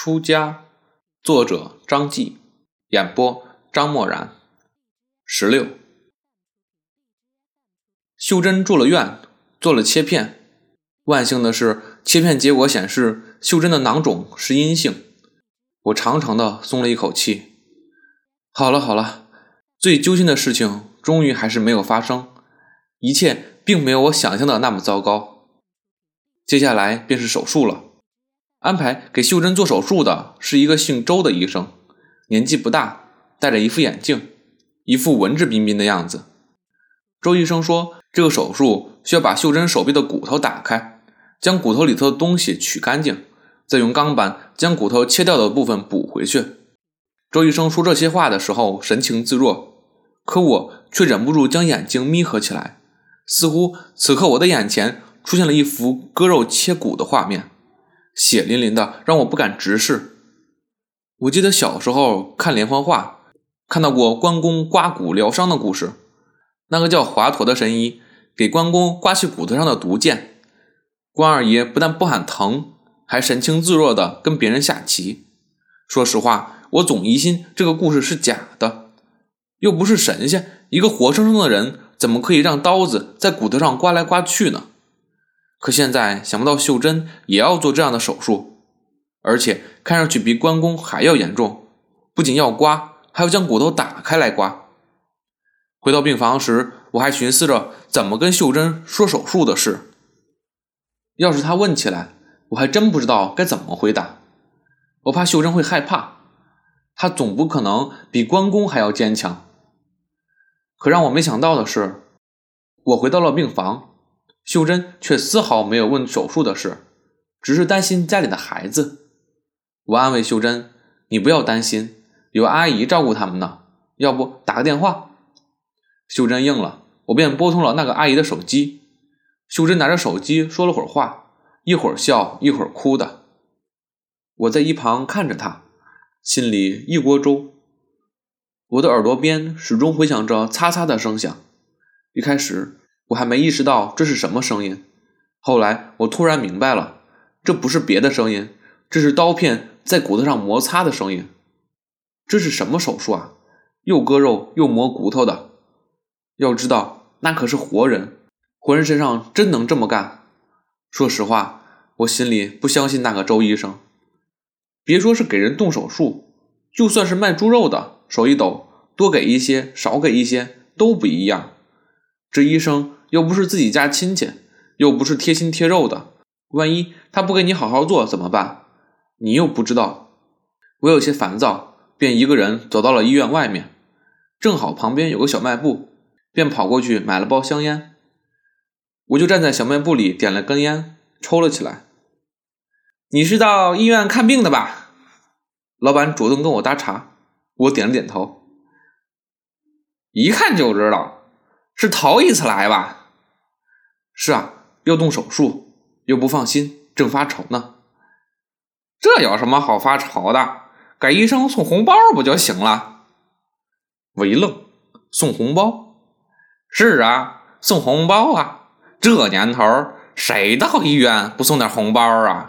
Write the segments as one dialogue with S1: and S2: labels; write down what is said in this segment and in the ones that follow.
S1: 出家，作者张继，演播张默然。16。秀珍住了院，做了切片。万幸的是，切片结果显示秀珍的囊肿是阴性。我长长的松了一口气。好了，最揪心的事情终于还是没有发生，一切并没有我想象的那么糟糕。接下来便是手术了。安排给秀珍做手术的是一个姓周的医生，年纪不大，戴着一副眼镜，一副文质彬彬的样子。周医生说，这个手术需要把秀珍手臂的骨头打开，将骨头里头的东西取干净，再用钢板将骨头切掉的部分补回去。周医生说这些话的时候神情自若，可我却忍不住将眼睛眯合起来，似乎此刻我的眼前出现了一幅割肉切骨的画面，血淋淋的让我不敢直视。我记得小时候看连环画，看到过关公刮骨疗伤的故事，那个叫华佗的神医给关公刮去骨头上的毒箭，关二爷不但不喊疼，还神情自若的跟别人下棋。说实话，我总疑心这个故事是假的，又不是神仙，一个活生生的人怎么可以让刀子在骨头上刮来刮去呢？可现在想不到秀珍也要做这样的手术，而且看上去比关公还要严重，不仅要刮，还要将骨头打开来刮。回到病房时，我还寻思着怎么跟秀珍说手术的事。要是她问起来，我还真不知道该怎么回答。我怕秀珍会害怕，她总不可能比关公还要坚强。可让我没想到的是，我回到了病房，秀珍却丝毫没有问手术的事，只是担心家里的孩子。我安慰秀珍，你不要担心，有阿姨照顾他们呢，要不打个电话？秀珍应了，我便拨通了那个阿姨的手机。秀珍拿着手机说了会儿话，一会儿笑一会儿哭的。我在一旁看着她，心里一锅粥。我的耳朵边始终回响着擦擦的声响。一开始我还没意识到这是什么声音，后来我突然明白了，这不是别的声音，这是刀片在骨头上摩擦的声音。这是什么手术啊？又割肉又磨骨头的。要知道那可是活人，活人身上真能这么干。说实话，我心里不相信那个周医生。别说是给人动手术，就算是卖猪肉的，手一抖，多给一些少给一些都不一样。这医生又不是自己家亲戚，又不是贴心贴肉的，万一他不给你好好做怎么办？你又不知道。我有些烦躁，便一个人走到了医院外面，正好旁边有个小卖部，便跑过去买了包香烟。我就站在小卖部里点了根烟，抽了起来。你是到医院看病的吧？老板主动跟我搭茬，我点了点头。一看就知道，是头一次来吧？是啊，要动手术，又不放心，正发愁呢。这有什么好发愁的？给医生送红包不就行了？我一愣，送红包？是啊，送红包啊，这年头谁到医院不送点红包啊？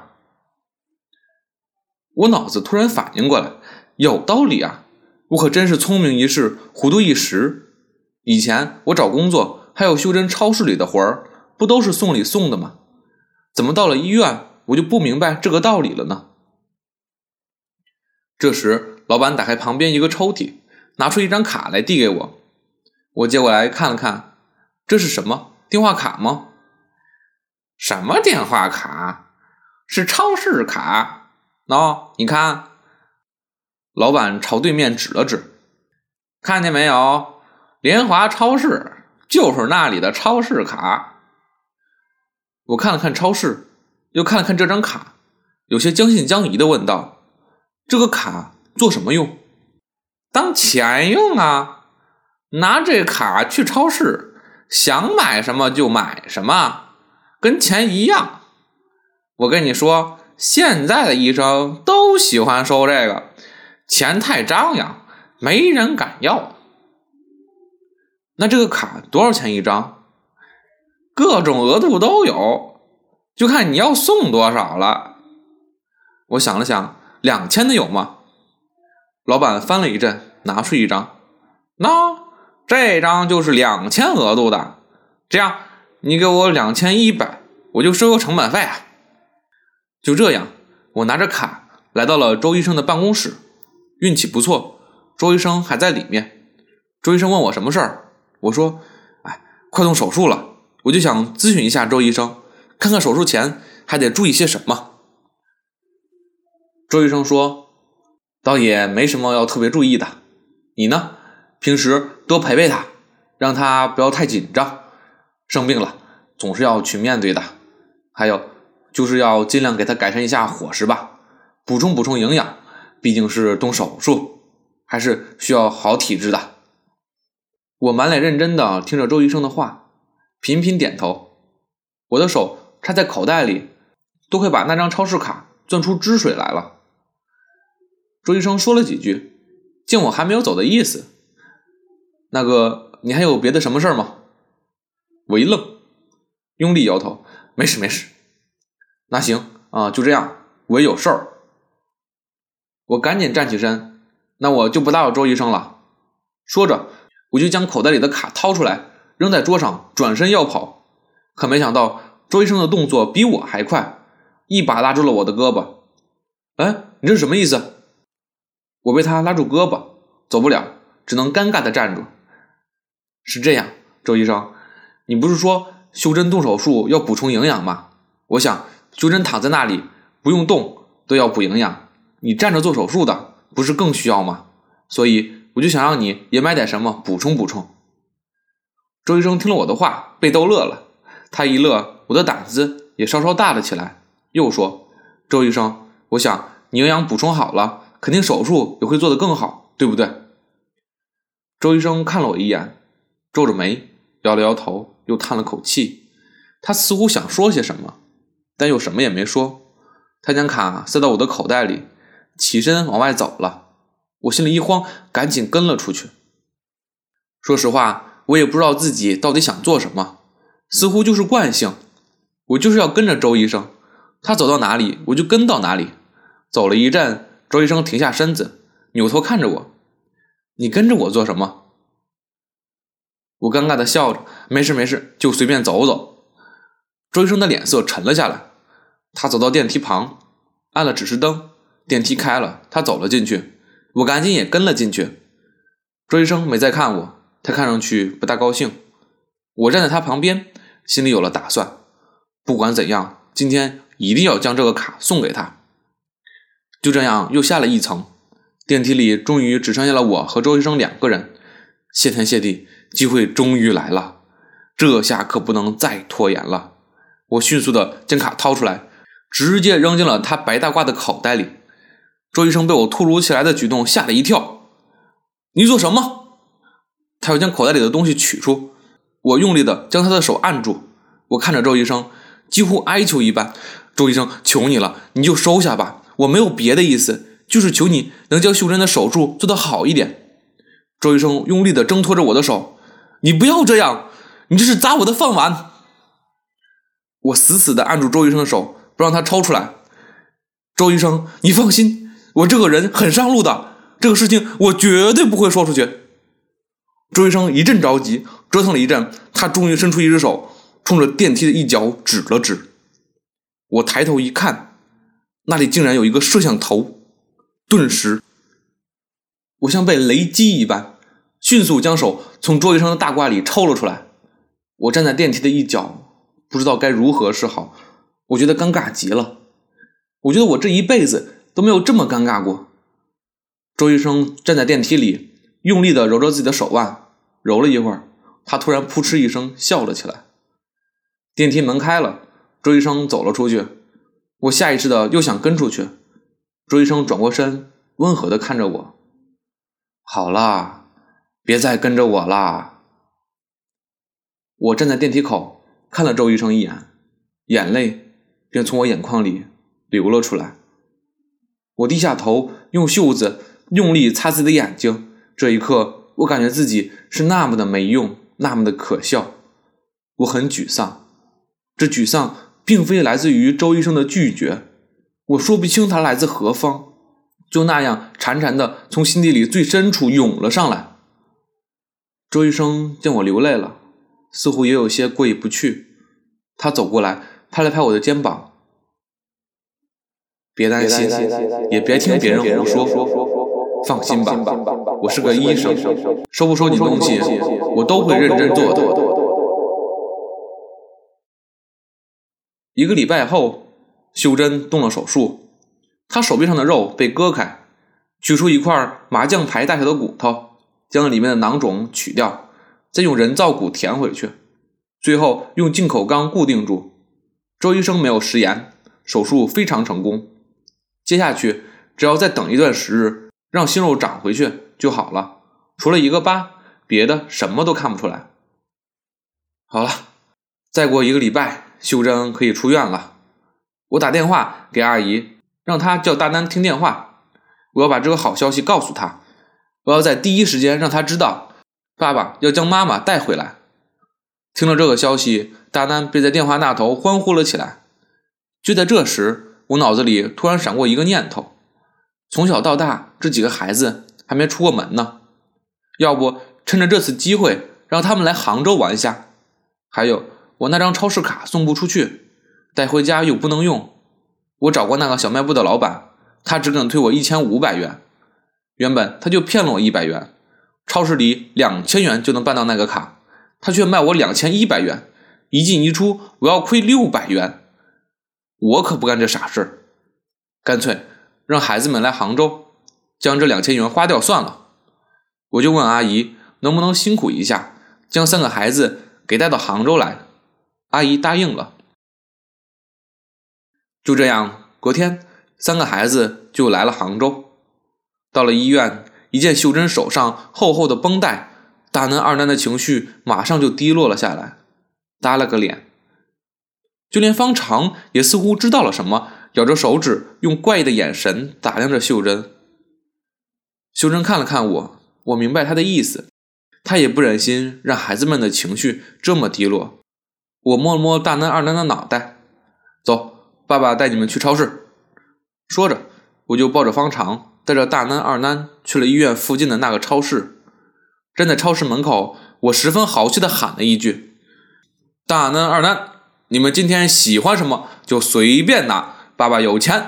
S1: 我脑子突然反应过来，有道理啊，我可真是聪明一世，糊涂一时。以前我找工作还有秀珍超市里的活儿，不都是送礼送的吗？怎么到了医院我就不明白这个道理了呢？这时老板打开旁边一个抽屉，拿出一张卡来递给我。我接过来看了看，这是什么？电话卡吗？什么电话卡？是超市卡。喏，你看。老板朝对面指了指，看见没有？联华超市就是那里的超市卡。我看了看超市，又看了看这张卡，有些将信将疑地问道，这个卡做什么用？当钱用啊，拿这卡去超市，想买什么就买什么，跟钱一样。我跟你说，现在的医生都喜欢收这个，钱太张扬，没人敢要。那这个卡多少钱一张？各种额度都有，就看你要送多少了。我想了想， 2000的有吗？老板翻了一阵，拿出一张，这张就是2000额度的，这样你给我2100，我就收个成本费啊。就这样，我拿着卡来到了周医生的办公室，运气不错，周医生还在里面。周医生问我什么事儿，我说快动手术了，我就想咨询一下周医生，看看手术前还得注意些什么。周医生说，倒也没什么要特别注意的，你呢，平时多陪陪他，让他不要太紧张，生病了总是要去面对的，还有就是要尽量给他改善一下伙食吧，补充营养，毕竟是动手术，还是需要好体质的。我满脸认真的听着周医生的话，频频点头，我的手插在口袋里，都快把那张超市卡攥出汁水来了。周医生说了几句，见我还没有走的意思，那个你还有别的什么事吗？我一愣，用力摇头，没事。那行就这样，我也有事儿。我赶紧站起身，那我就不打扰周医生了。说着，我就将口袋里的卡掏出来，扔在桌上，转身要跑。可没想到周医生的动作比我还快，一把拉住了我的胳膊。你这是什么意思？我被他拉住胳膊，走不了，只能尴尬地站住。是这样，周医生，你不是说修真动手术要补充营养吗？我想修真躺在那里不用动都要补营养，你站着做手术的不是更需要吗？所以我就想让你也买点什么补充。周医生听了我的话被逗乐了，他一乐，我的胆子也稍稍大了起来，又说，周医生，我想你营养补充好了，肯定手术也会做得更好，对不对？周医生看了我一眼，皱着眉，摇了摇头，又叹了口气。他似乎想说些什么，但又什么也没说。他将卡塞到我的口袋里，起身往外走了。我心里一慌，赶紧跟了出去。说实话，我也不知道自己到底想做什么，似乎就是惯性，我就是要跟着周医生，他走到哪里我就跟到哪里。走了一阵，周医生停下身子，扭头看着我，你跟着我做什么？我尴尬地笑着，没事，就随便走走。周医生的脸色沉了下来，他走到电梯旁，按了指示灯，电梯开了，他走了进去，我赶紧也跟了进去。周医生没再看我，他看上去不大高兴。我站在他旁边，心里有了打算，不管怎样，今天一定要将这个卡送给他。就这样又下了一层，电梯里终于只剩下了我和周医生2个人。谢天谢地，机会终于来了，这下可不能再拖延了。我迅速的将卡掏出来，直接扔进了他白大褂的口袋里。周医生被我突如其来的举动吓了一跳，你做什么？他要将口袋里的东西取出，我用力的将他的手按住。我看着周医生，几乎哀求一般，周医生，求你了，你就收下吧，我没有别的意思，就是求你能将秀珍的手术做得好一点。周医生用力地挣脱着我的手，你不要这样，你这是砸我的饭碗。我死死地按住周医生的手，不让他抽出来。周医生，你放心，我这个人很上路的，这个事情我绝对不会说出去。周医生一阵着急，折腾了一阵，他终于伸出一只手，冲着电梯的一角指了指。我抬头一看，那里竟然有一个摄像头，顿时我像被雷击一般，迅速将手从周医生的大褂里抽了出来。我站在电梯的一角，不知道该如何是好，我觉得尴尬极了，我觉得我这一辈子都没有这么尴尬过。周医生站在电梯里，用力地揉着自己的手腕，揉了一会儿，他突然扑哧一声笑了起来。电梯门开了，周医生走了出去，我下意识的又想跟出去。周医生转过身，温和地看着我，好啦，别再跟着我啦。我站在电梯口，看了周医生一眼，眼泪便从我眼眶里流了出来。我低下头，用袖子用力擦自己的眼睛，这一刻我感觉自己是那么的没用，那么的可笑。我很沮丧，这沮丧并非来自于周医生的拒绝，我说不清他来自何方， 就那样潺潺的从心底里最深处涌了上来。周医生见我流泪了，似乎也有些过意不去，他走过来拍了拍我的肩膀，别担心，也别听别人胡说，放心吧，我是个医生，收不收你东西我都会认真做的。1个礼拜后，秀珍动了手术，她手臂上的肉被割开，取出一块麻将牌大小的骨头，将里面的囊肿取掉，再用人造骨填回去，最后用进口钢固定住。周医生没有食言，手术非常成功。接下去只要再等一段时日，让新肉长回去就好了，除了一个疤，别的什么都看不出来。好了，再过1个礼拜，秀珍可以出院了。我打电话给阿姨，让她叫大丹听电话，我要把这个好消息告诉她，我要在第一时间让她知道，爸爸要将妈妈带回来。听了这个消息，大丹便在电话那头欢呼了起来。就在这时，我脑子里突然闪过一个念头，从小到大这几个孩子还没出过门呢，要不趁着这次机会让他们来杭州玩下。还有我那张超市卡送不出去，带回家又不能用，我找过那个小卖部的老板，他只肯退我1500元，原本他就骗了我100元，超市里2000元就能办到那个卡，他却卖我2100元，一进一出我要亏600元。我可不干这傻事，干脆让孩子们来杭州，将这2000元花掉算了。我就问阿姨能不能辛苦一下，将3个孩子给带到杭州来。阿姨答应了。就这样，隔天3个孩子就来了杭州。到了医院，一见秀珍手上厚厚的绷带，大男二男的情绪马上就低落了下来，耷了个脸。就连方长也似乎知道了什么，咬着手指，用怪异的眼神打量着秀珍。秀珍看了看我，我明白她的意思，她也不忍心让孩子们的情绪这么低落。我摸了摸大男二男的脑袋，走，爸爸带你们去超市。说着，我就抱着方长，带着大男二男去了医院附近的那个超市。站在超市门口，我十分豪气地喊了一句：大男二男，你们今天喜欢什么就随便拿，爸爸有钱。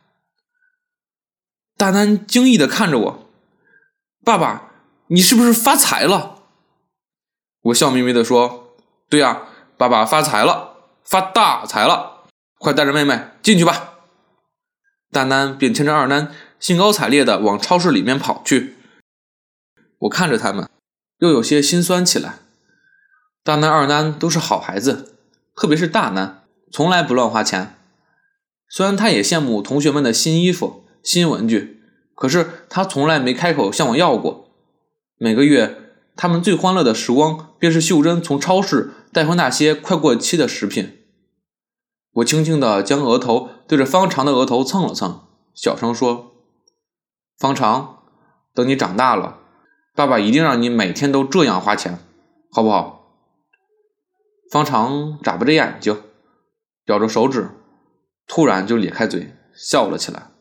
S1: 大男惊异地看着我，爸爸，你是不是发财了？我笑眯眯地说，对啊，爸爸发财了，发大财了，快带着妹妹进去吧。大男便牵着二男兴高采烈地往超市里面跑去。我看着他们，又有些心酸起来。大男二男都是好孩子，特别是大男，从来不乱花钱。虽然他也羡慕同学们的新衣服、新文具，可是他从来没开口向我要过。每个月，他们最欢乐的时光便是秀珍从超市带回那些快过期的食品。我轻轻地将额头对着方长的额头蹭了蹭，小声说，方长，等你长大了，爸爸一定让你每天都这样花钱，好不好？方长眨巴着眼睛，咬着手指，突然就咧开嘴笑了起来。